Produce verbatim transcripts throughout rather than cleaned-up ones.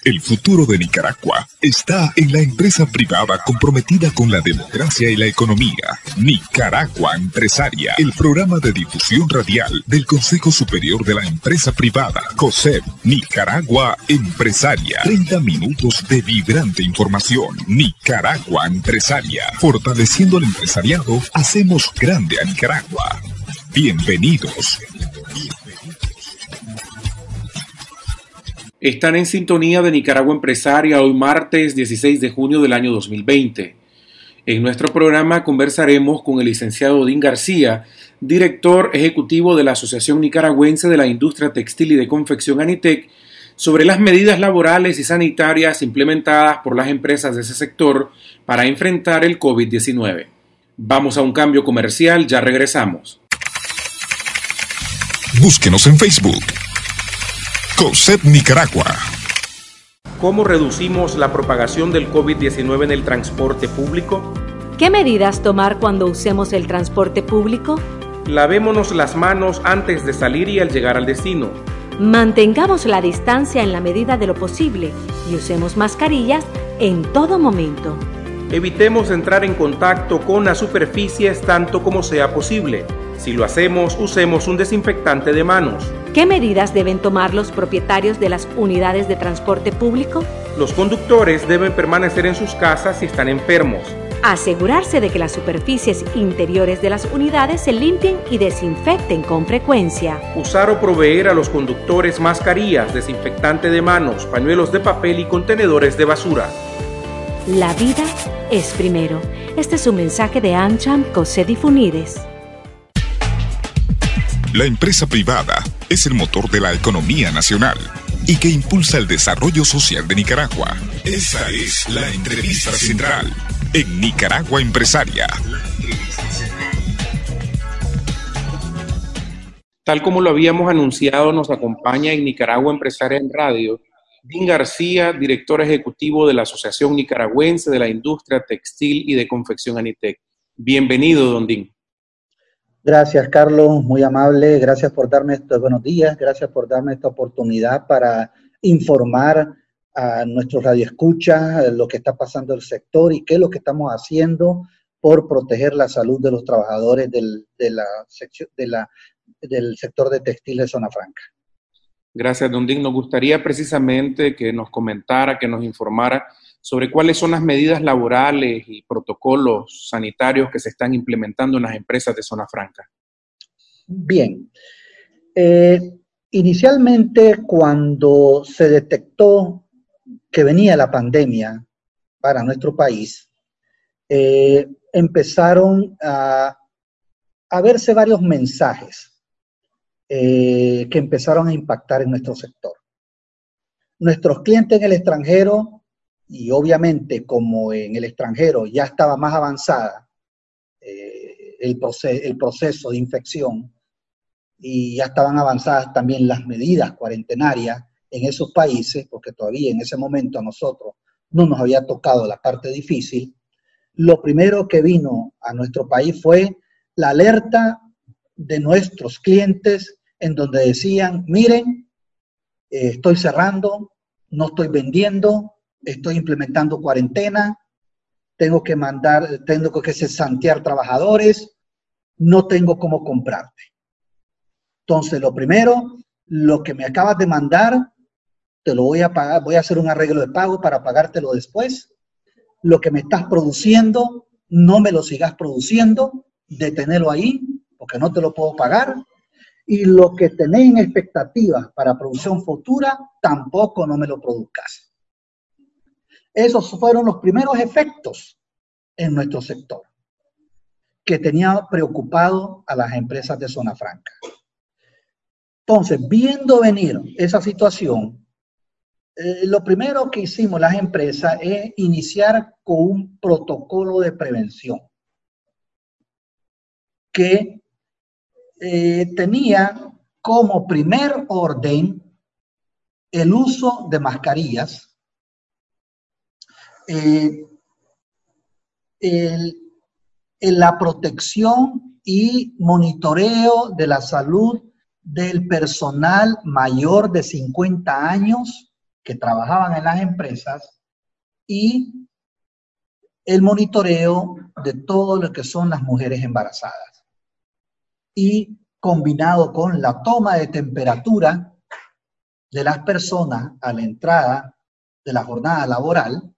El futuro de Nicaragua está en la empresa privada comprometida con la democracia y la economía. Nicaragua Empresaria, el programa de difusión radial del Consejo Superior de la Empresa Privada, COSEP. Nicaragua Empresaria, treinta minutos de vibrante información. Nicaragua Empresaria, fortaleciendo al empresariado, hacemos grande a Nicaragua. Bienvenidos. Están en sintonía de Nicaragua Empresaria hoy martes dieciséis de junio del año dos mil veinte. En nuestro programa conversaremos con el licenciado Odín García, director ejecutivo de la Asociación Nicaragüense de la Industria Textil y de Confección ANITEC, sobre las medidas laborales y sanitarias implementadas por las empresas de ese sector para enfrentar el COVID diecinueve. Vamos a un cambio comercial, ya regresamos. Búsquenos en Facebook. COSEP Nicaragua. ¿Cómo reducimos la propagación del COVID diecinueve en el transporte público? ¿Qué medidas tomar cuando usemos el transporte público? Lavémonos las manos antes de salir y al llegar al destino. Mantengamos la distancia en la medida de lo posible y usemos mascarillas en todo momento. Evitemos entrar en contacto con las superficies tanto como sea posible. Si lo hacemos, usemos un desinfectante de manos. ¿Qué medidas deben tomar los propietarios de las unidades de transporte público? Los conductores deben permanecer en sus casas si están enfermos. Asegurarse de que las superficies interiores de las unidades se limpien y desinfecten con frecuencia. Usar o proveer a los conductores mascarillas, desinfectante de manos, pañuelos de papel y contenedores de basura. La vida es primero. Este es un mensaje de AmCham, COSEP y FUNIDES. La empresa privada es el motor de la economía nacional y que impulsa el desarrollo social de Nicaragua. Esa es la entrevista central en Nicaragua Empresaria. Tal como lo habíamos anunciado, nos acompaña en Nicaragua Empresaria en Radio Odín García, director ejecutivo de la Asociación Nicaragüense de la Industria Textil y de Confección ANITEC. Bienvenido, don Odín. Gracias, Carlos, muy amable. Gracias por darme estos buenos días. Gracias por darme esta oportunidad para informar a nuestros radioescuchas lo que está pasando en el sector y qué es lo que estamos haciendo por proteger la salud de los trabajadores del, de la sección, de la, del sector de textil de Zona Franca. Gracias, don Odín. Nos gustaría precisamente que nos comentara, que nos informara sobre cuáles son las medidas laborales y protocolos sanitarios que se están implementando en las empresas de Zona Franca. Bien. Eh, inicialmente, cuando se detectó que venía la pandemia para nuestro país, eh, empezaron a, a verse varios mensajes eh, que empezaron a impactar en nuestro sector. Nuestros clientes en el extranjero, y obviamente como en el extranjero ya estaba más avanzada eh, el, proceso, el proceso de infección y ya estaban avanzadas también las medidas cuarentenarias en esos países, porque todavía en ese momento a nosotros no nos había tocado la parte difícil, lo primero que vino a nuestro país fue la alerta de nuestros clientes en donde decían, miren, eh, estoy cerrando, no estoy vendiendo, estoy implementando cuarentena, tengo que mandar, tengo que cesantear trabajadores, no tengo cómo comprarte. Entonces, lo primero, lo que me acabas de mandar, te lo voy a pagar, voy a hacer un arreglo de pago para pagártelo después. Lo que me estás produciendo, no me lo sigas produciendo, deténelo ahí, porque no te lo puedo pagar. Y lo que tenés en expectativa para producción futura, tampoco no me lo produzcas. Esos fueron los primeros efectos en nuestro sector que tenía preocupado a las empresas de Zona Franca. Entonces, viendo venir esa situación, eh, lo primero que hicimos las empresas es iniciar con un protocolo de prevención que eh, tenía como primer orden el uso de mascarillas, Eh, el, el, la protección y monitoreo de la salud del personal mayor de cincuenta años que trabajaban en las empresas y el monitoreo de todo lo que son las mujeres embarazadas. Y combinado con la toma de temperatura de las personas a la entrada de la jornada laboral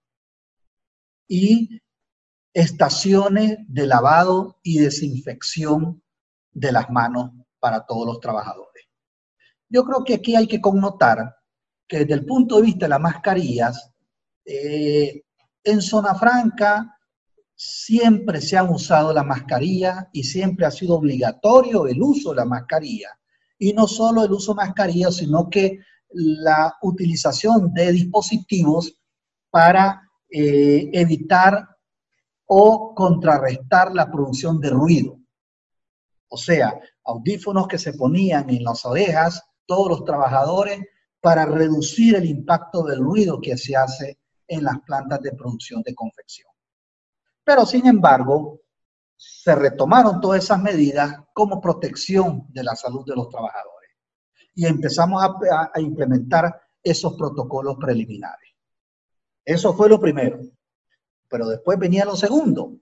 y estaciones de lavado y desinfección de las manos para todos los trabajadores. Yo creo que aquí hay que connotar que desde el punto de vista de las mascarillas, eh, en Zona Franca siempre se han usado la mascarilla y siempre ha sido obligatorio el uso de la mascarilla. Y no solo el uso de mascarilla, sino que la utilización de dispositivos para eh, evitar o contrarrestar la producción de ruido. O sea, audífonos que se ponían en las orejas todos los trabajadores para reducir el impacto del ruido que se hace en las plantas de producción de confección. Pero sin embargo, se retomaron todas esas medidas como protección de la salud de los trabajadores y empezamos a, a implementar esos protocolos preliminares. Eso fue lo primero. Pero después venía lo segundo.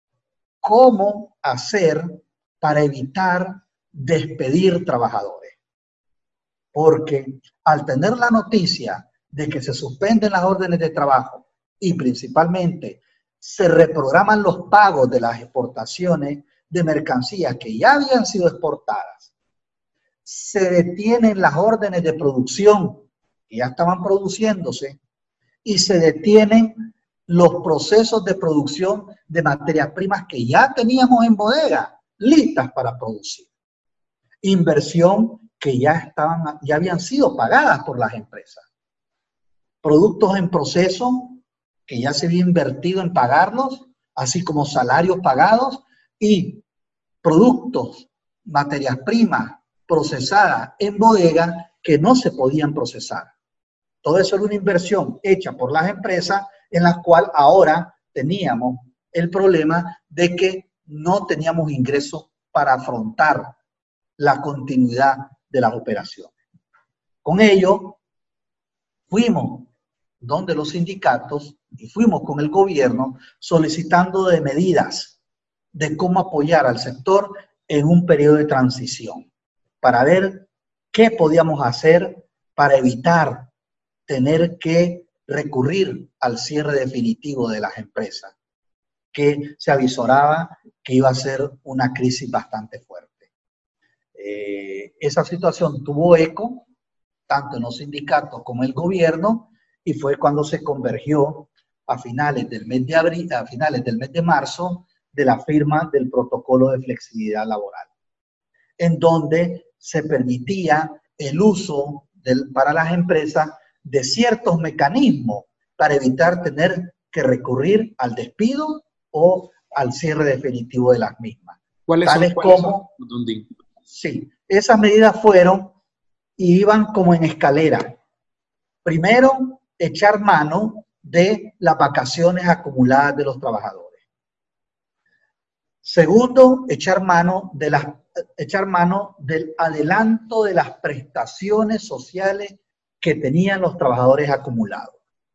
¿Cómo hacer para evitar despedir trabajadores? Porque al tener la noticia de que se suspenden las órdenes de trabajo y principalmente se reprograman los pagos de las exportaciones de mercancías que ya habían sido exportadas, se detienen las órdenes de producción que ya estaban produciéndose y se detienen los procesos de producción de materias primas que ya teníamos en bodega, listas para producir. Inversión que ya, estaban, ya habían sido pagadas por las empresas. Productos en proceso que ya se había invertido en pagarlos, así como salarios pagados y productos, materias primas procesadas en bodega que no se podían procesar. Todo eso era una inversión hecha por las empresas en la cual ahora teníamos el problema de que no teníamos ingresos para afrontar la continuidad de las operaciones. Con ello, fuimos donde los sindicatos y fuimos con el gobierno solicitando de medidas de cómo apoyar al sector en un periodo de transición para ver qué podíamos hacer para evitar tener que recurrir al cierre definitivo de las empresas, que se avisoraba que iba a ser una crisis bastante fuerte. Eh, esa situación tuvo eco, tanto en los sindicatos como en el gobierno, y fue cuando se convergió a finales del mes de abril, a finales del mes de marzo, de la firma del protocolo de flexibilidad laboral, en donde se permitía el uso del, para las empresas de ciertos mecanismos para evitar tener que recurrir al despido o al cierre definitivo de las mismas. ¿Cuáles Tales son? ¿Cuáles como, son? Sí, esas medidas fueron y iban como en escalera. Primero, echar mano de las vacaciones acumuladas de los trabajadores. Segundo, echar mano, de las, echar mano del adelanto de las prestaciones sociales que tenían los trabajadores acumulados.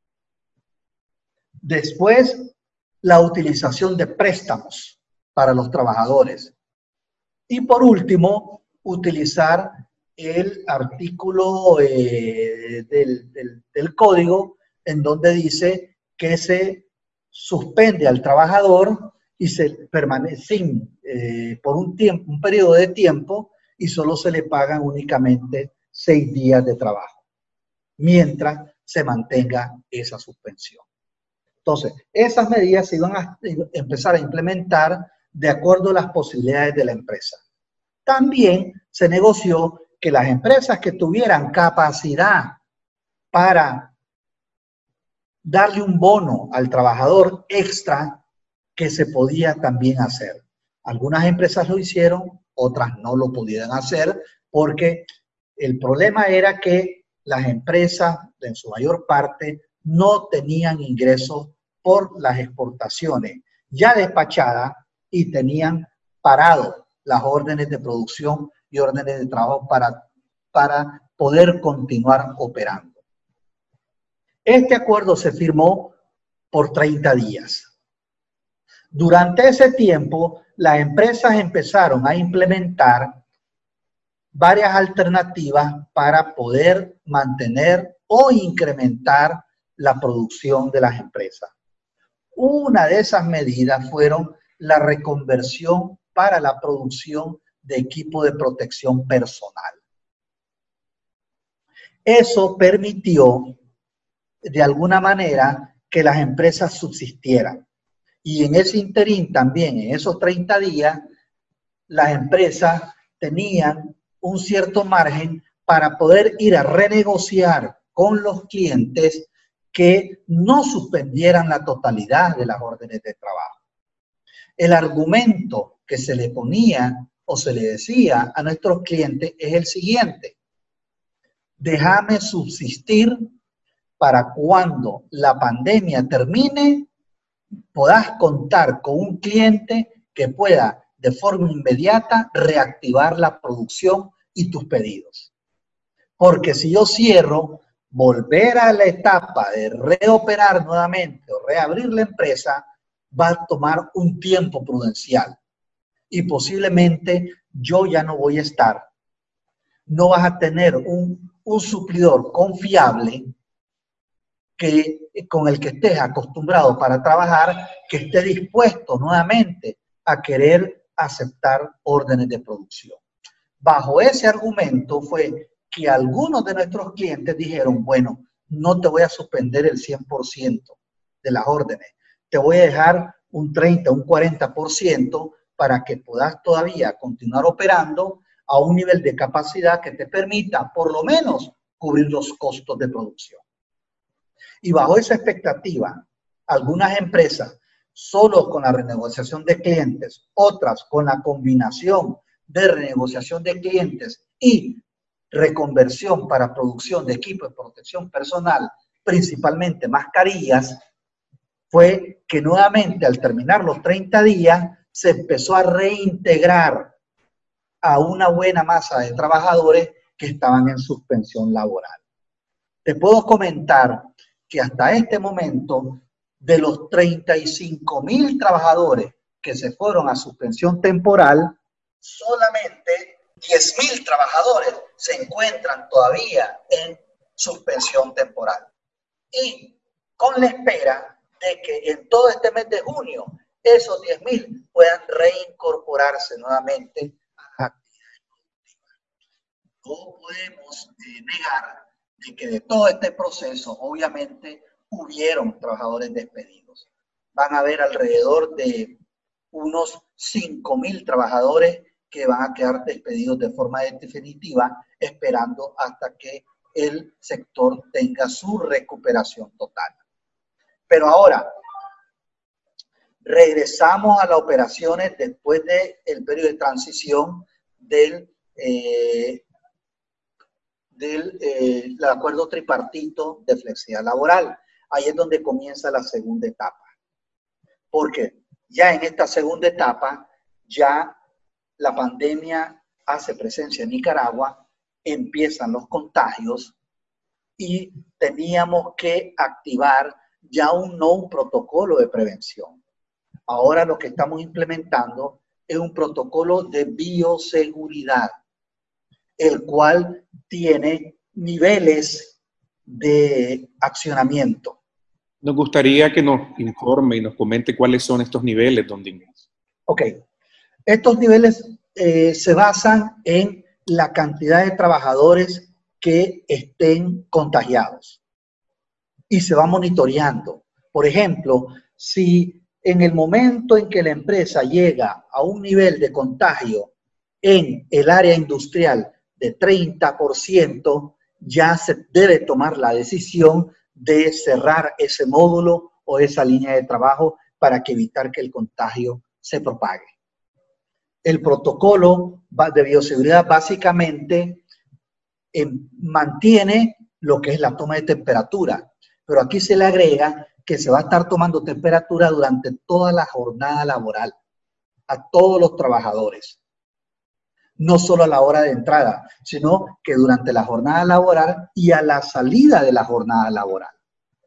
Después, la utilización de préstamos para los trabajadores. Y por último, utilizar el artículo eh, del, del, del código en donde dice que se suspende al trabajador y se permanece sin, eh, por un tiempo, un periodo de tiempo y solo se le pagan únicamente seis días de trabajo, mientras se mantenga esa suspensión. Entonces, esas medidas se iban a empezar a implementar de acuerdo a las posibilidades de la empresa. También se negoció que las empresas que tuvieran capacidad para darle un bono al trabajador extra, que se podía también hacer. Algunas empresas lo hicieron, otras no lo pudieron hacer, porque el problema era que las empresas, en su mayor parte, no tenían ingresos por las exportaciones ya despachadas y tenían parado las órdenes de producción y órdenes de trabajo para, para poder continuar operando. Este acuerdo se firmó por treinta días. Durante ese tiempo, las empresas empezaron a implementar varias alternativas para poder mantener o incrementar la producción de las empresas. Una de esas medidas fueron la reconversión para la producción de equipo de protección personal. Eso permitió, de alguna manera, que las empresas subsistieran. Y en ese interín también, en esos treinta días, las empresas tenían un cierto margen para poder ir a renegociar con los clientes que no suspendieran la totalidad de las órdenes de trabajo. El argumento que se le ponía o se le decía a nuestros clientes es el siguiente: déjame subsistir para cuando la pandemia termine, puedas contar con un cliente que pueda de forma inmediata reactivar la producción y tus pedidos. Porque si yo cierro, volver a la etapa de reoperar nuevamente o reabrir la empresa va a tomar un tiempo prudencial y posiblemente yo ya no voy a estar. No vas a tener un, un suplidor confiable que, con el que estés acostumbrado para trabajar, que esté dispuesto nuevamente a querer aceptar órdenes de producción. Bajo ese argumento fue que algunos de nuestros clientes dijeron, bueno, no te voy a suspender el cien por ciento de las órdenes, te voy a dejar un treinta, un cuarenta por ciento para que puedas todavía continuar operando a un nivel de capacidad que te permita por lo menos cubrir los costos de producción. Y bajo esa expectativa, algunas empresas solo con la renegociación de clientes, otras con la combinación de renegociación de clientes y reconversión para producción de equipos de protección personal, principalmente mascarillas, fue que nuevamente al terminar los treinta días se empezó a reintegrar a una buena masa de trabajadores que estaban en suspensión laboral. Te puedo comentar que hasta este momento, de los treinta y cinco mil trabajadores que se fueron a suspensión temporal, solamente diez mil trabajadores se encuentran todavía en suspensión temporal. Y con la espera de que en todo este mes de junio, esos diez mil puedan reincorporarse nuevamente a la actividad productiva. No podemos eh, negar de que de todo este proceso, obviamente, hubieron trabajadores despedidos. Van a haber alrededor de unos cinco mil trabajadores que van a quedar despedidos de forma definitiva, esperando hasta que el sector tenga su recuperación total. Pero ahora, regresamos a las operaciones después del periodo de transición del, eh, del eh, el acuerdo tripartito de flexibilidad laboral. Ahí es donde comienza la segunda etapa. Porque ya en esta segunda etapa, ya la pandemia hace presencia en Nicaragua, empiezan los contagios y teníamos que activar ya un nuevo protocolo de prevención. Ahora lo que estamos implementando es un protocolo de bioseguridad, el cual tiene niveles de accionamiento. Nos gustaría que nos informe y nos comente cuáles son estos niveles, don Dingas. Ok. Estos niveles eh, se basan en la cantidad de trabajadores que estén contagiados y se va monitoreando. Por ejemplo, si en el momento en que la empresa llega a un nivel de contagio en el área industrial de treinta por ciento, ya se debe tomar la decisión de cerrar ese módulo o esa línea de trabajo para que evitar que el contagio se propague. El protocolo de bioseguridad básicamente eh, mantiene lo que es la toma de temperatura, pero aquí se le agrega que se va a estar tomando temperatura durante toda la jornada laboral a todos los trabajadores. No solo a la hora de entrada, sino que durante la jornada laboral y a la salida de la jornada laboral.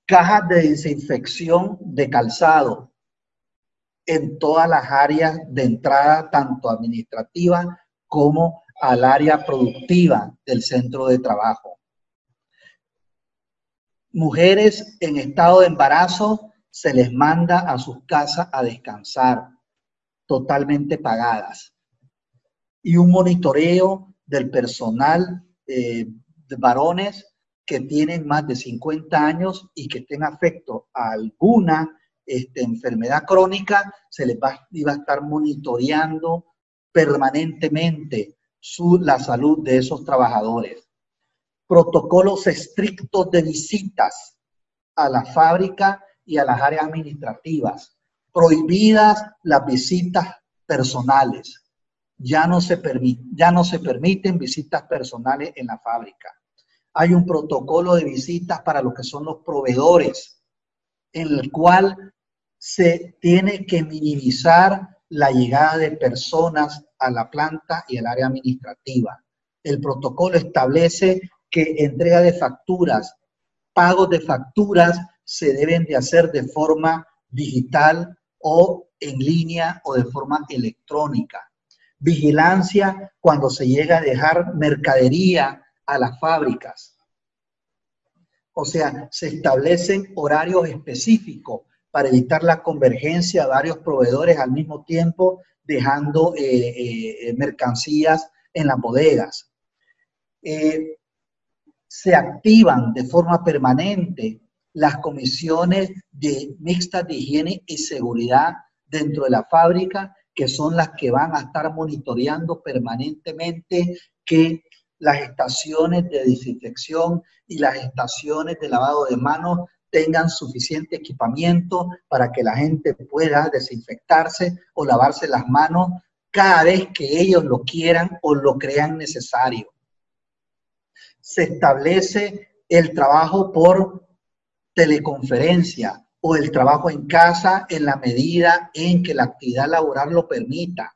cajas de desinfección de calzado en todas las áreas de entrada, tanto administrativa como al área productiva del centro de trabajo. Mujeres en estado de embarazo se les manda a sus casas a descansar, totalmente pagadas. Y un monitoreo del personal eh, de varones que tienen más de cincuenta años y que estén afectos a alguna este, enfermedad crónica, se les va, va a estar monitoreando permanentemente su, la salud de esos trabajadores. Protocolos estrictos de visitas a la fábrica y a las áreas administrativas. Prohibidas las visitas personales. Ya no se permite, ya no se permiten visitas personales en la fábrica. Hay un protocolo de visitas para lo que son los proveedores, en el cual se tiene que minimizar la llegada de personas a la planta y al área administrativa. El protocolo establece que entrega de facturas, pagos de facturas se deben de hacer de forma digital o en línea o de forma electrónica. Vigilancia cuando se llega a dejar mercadería a las fábricas. O sea, se establecen horarios específicos para evitar la convergencia de varios proveedores al mismo tiempo, dejando eh, eh, mercancías en las bodegas. Eh, se activan de forma permanente las comisiones de, mixtas de higiene y seguridad dentro de la fábrica, que son las que van a estar monitoreando permanentemente que las estaciones de desinfección y las estaciones de lavado de manos tengan suficiente equipamiento para que la gente pueda desinfectarse o lavarse las manos cada vez que ellos lo quieran o lo crean necesario. Se establece el trabajo por teleconferencia o el trabajo en casa en la medida en que la actividad laboral lo permita.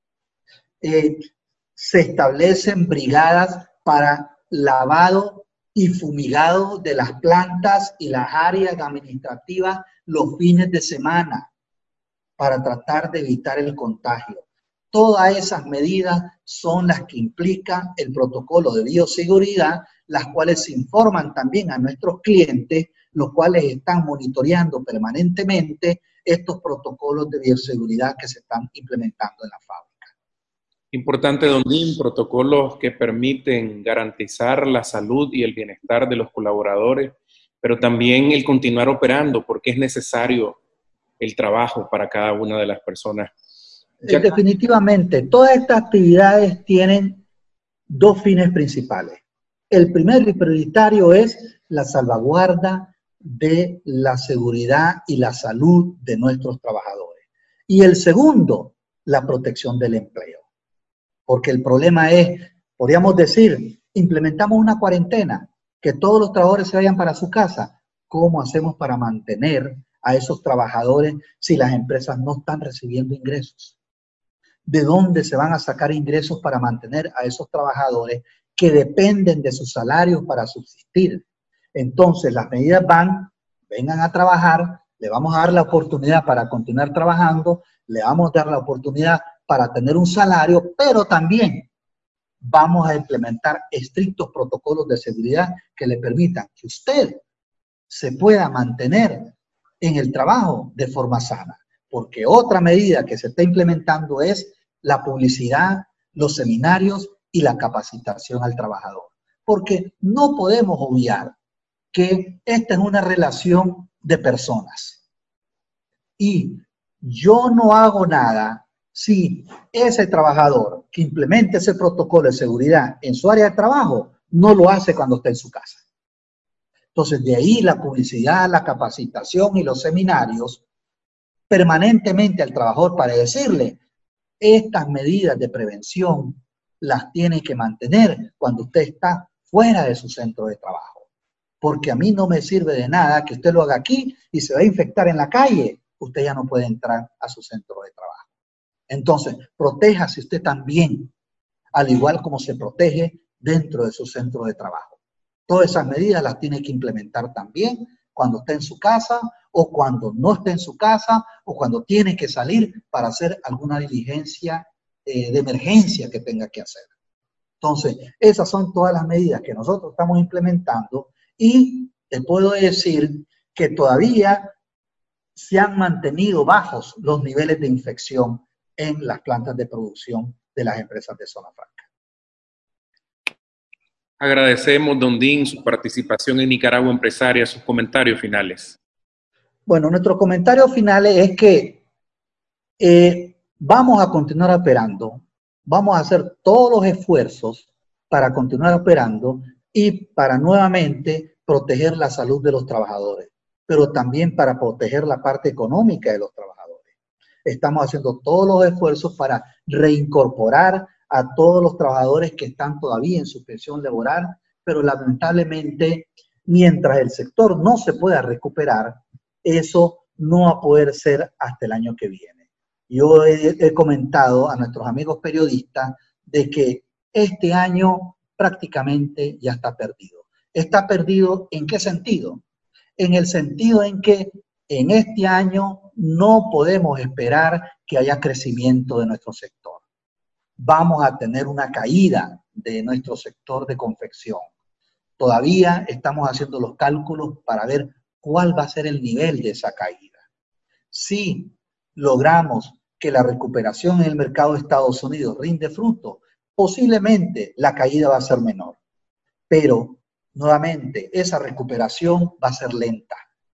Eh, se establecen brigadas para lavado y fumigado de las plantas y las áreas administrativas los fines de semana para tratar de evitar el contagio. Todas esas medidas son las que implican el protocolo de bioseguridad, las cuales se informan también a nuestros clientes, los cuales están monitoreando permanentemente estos protocolos de bioseguridad que se están implementando en la fábrica. Importante, don Dean, protocolos que permiten garantizar la salud y el bienestar de los colaboradores, pero también el continuar operando porque es necesario el trabajo para cada una de las personas. Ya... Definitivamente, todas estas actividades tienen dos fines principales. El primero y prioritario es la salvaguarda de la seguridad y la salud de nuestros trabajadores. Y el segundo, la protección del empleo. Porque el problema es, podríamos decir, implementamos una cuarentena, que todos los trabajadores se vayan para su casa. ¿Cómo hacemos para mantener a esos trabajadores si las empresas no están recibiendo ingresos? ¿De dónde se van a sacar ingresos para mantener a esos trabajadores que dependen de sus salarios para subsistir? Entonces, las medidas van, vengan a trabajar, le vamos a dar la oportunidad para continuar trabajando, le vamos a dar la oportunidad para tener un salario, pero también vamos a implementar estrictos protocolos de seguridad que le permitan que usted se pueda mantener en el trabajo de forma sana. Porque otra medida que se está implementando es la publicidad, los seminarios y la capacitación al trabajador. Porque no podemos obviar que esta es una relación de personas. Y yo no hago nada si ese trabajador que implemente ese protocolo de seguridad en su área de trabajo no lo hace cuando está en su casa. Entonces, de ahí la publicidad, la capacitación y los seminarios permanentemente al trabajador para decirle, estas medidas de prevención las tiene que mantener cuando usted está fuera de su centro de trabajo. Porque a mí no me sirve de nada que usted lo haga aquí y se va a infectar en la calle. Usted ya no puede entrar a su centro de trabajo. Entonces, protéjase usted también, al igual como se protege dentro de su centro de trabajo. Todas esas medidas las tiene que implementar también cuando esté en su casa o cuando no esté en su casa o cuando tiene que salir para hacer alguna diligencia eh, de emergencia que tenga que hacer. Entonces, esas son todas las medidas que nosotros estamos implementando y te puedo decir que todavía se han mantenido bajos los niveles de infección en las plantas de producción de las empresas de Zona Franca. Agradecemos, don Dean, su participación en Nicaragua Empresaria, sus comentarios finales. Bueno, nuestros comentarios finales es que eh, vamos a continuar operando, vamos a hacer todos los esfuerzos para continuar operando y para nuevamente proteger la salud de los trabajadores, pero también para proteger la parte económica de los trabajadores. Estamos haciendo todos los esfuerzos para reincorporar a todos los trabajadores que están todavía en suspensión laboral, pero lamentablemente, mientras el sector no se pueda recuperar, eso no va a poder ser hasta el año que viene. Yo he, he comentado a nuestros amigos periodistas de que este año prácticamente ya está perdido. ¿Está perdido en qué sentido? En el sentido en que en este año no podemos esperar que haya crecimiento de nuestro sector. Vamos a tener una caída de nuestro sector de confección. Todavía estamos haciendo los cálculos para ver cuál va a ser el nivel de esa caída. Si logramos que la recuperación en el mercado de Estados Unidos rinde fruto, posiblemente la caída va a ser menor. Pero, nuevamente, esa recuperación va a ser lenta.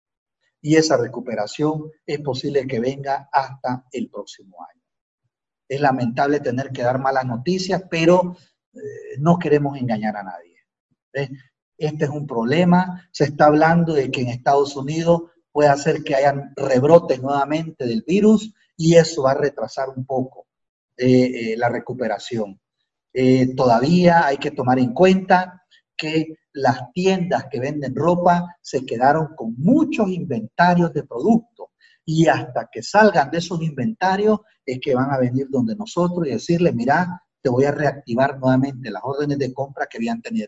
Y esa recuperación es posible que venga hasta el próximo año. Es lamentable tener que dar malas noticias, pero eh, no queremos engañar a nadie. ¿Ves? Este es un problema. Se está hablando de que en Estados Unidos puede hacer que hayan rebrotes nuevamente del virus y eso va a retrasar un poco eh, eh, la recuperación. Eh, todavía hay que tomar en cuenta que las tiendas que venden ropa se quedaron con muchos inventarios de productos y hasta que salgan de esos inventarios es que van a venir donde nosotros y decirle, mira, te voy a reactivar nuevamente las órdenes de compra que, habían tenido,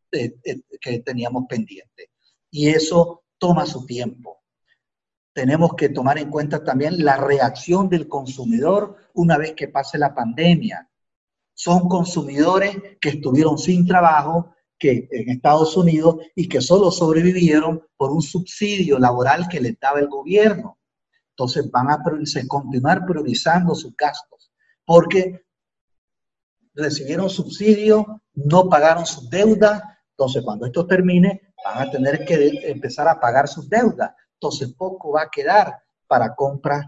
que teníamos pendientes. Y eso toma su tiempo. Tenemos que tomar en cuenta también la reacción del consumidor una vez que pase la pandemia. Son consumidores que estuvieron sin trabajo, que en Estados Unidos y que solo sobrevivieron por un subsidio laboral que les daba el gobierno. Entonces van a continuar priorizando sus gastos porque recibieron subsidio, no pagaron sus deudas. Entonces cuando esto termine van a tener que empezar a pagar sus deudas. Entonces poco va a quedar para compras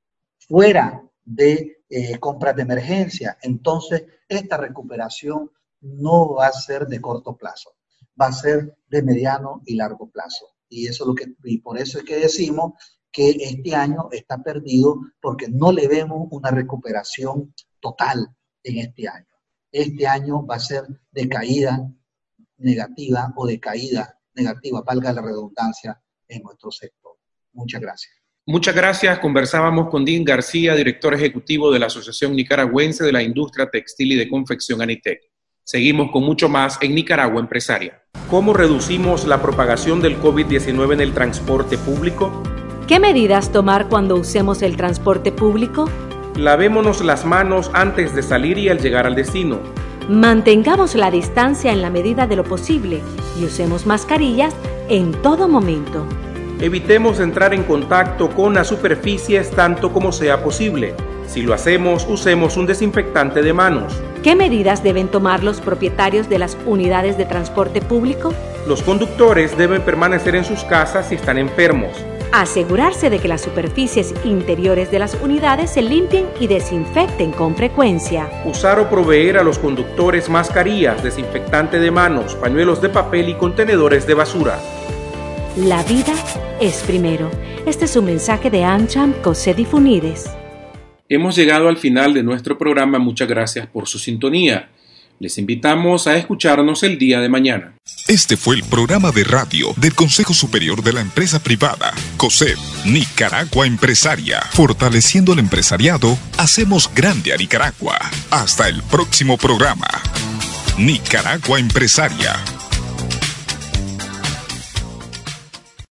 fuera de eh, compras de emergencia. Entonces esta recuperación no va a ser de corto plazo, va a ser de mediano y largo plazo. Y eso es lo que, y por eso es que decimos que este año está perdido porque no le vemos una recuperación total en este año. Este año va a ser de caída negativa o de caída negativa, valga la redundancia, en nuestro sector. Muchas gracias. Muchas gracias. Conversábamos con Dean García, director ejecutivo de la Asociación Nicaragüense de la Industria Textil y de Confección ANITEC. Seguimos con mucho más en Nicaragua Empresaria. ¿Cómo reducimos la propagación del COVID diecinueve en el transporte público? ¿Qué medidas tomar cuando usemos el transporte público? Lavémonos las manos antes de salir y al llegar al destino. Mantengamos la distancia en la medida de lo posible y usemos mascarillas en todo momento. Evitemos entrar en contacto con las superficies tanto como sea posible. Si lo hacemos, usemos un desinfectante de manos. ¿Qué medidas deben tomar los propietarios de las unidades de transporte público? Los conductores deben permanecer en sus casas si están enfermos. Asegurarse de que las superficies interiores de las unidades se limpien y desinfecten con frecuencia. Usar o proveer a los conductores mascarillas, desinfectante de manos, pañuelos de papel y contenedores de basura. La vida es primero. Este es un mensaje de AmCham COSEDI FUNIDES. Hemos llegado al final de nuestro programa. Muchas gracias por su sintonía. Les invitamos a escucharnos el día de mañana. Este fue el programa de radio del Consejo Superior de la Empresa Privada, COSED, Nicaragua Empresaria. Fortaleciendo el empresariado, hacemos grande a Nicaragua. Hasta el próximo programa. Nicaragua Empresaria.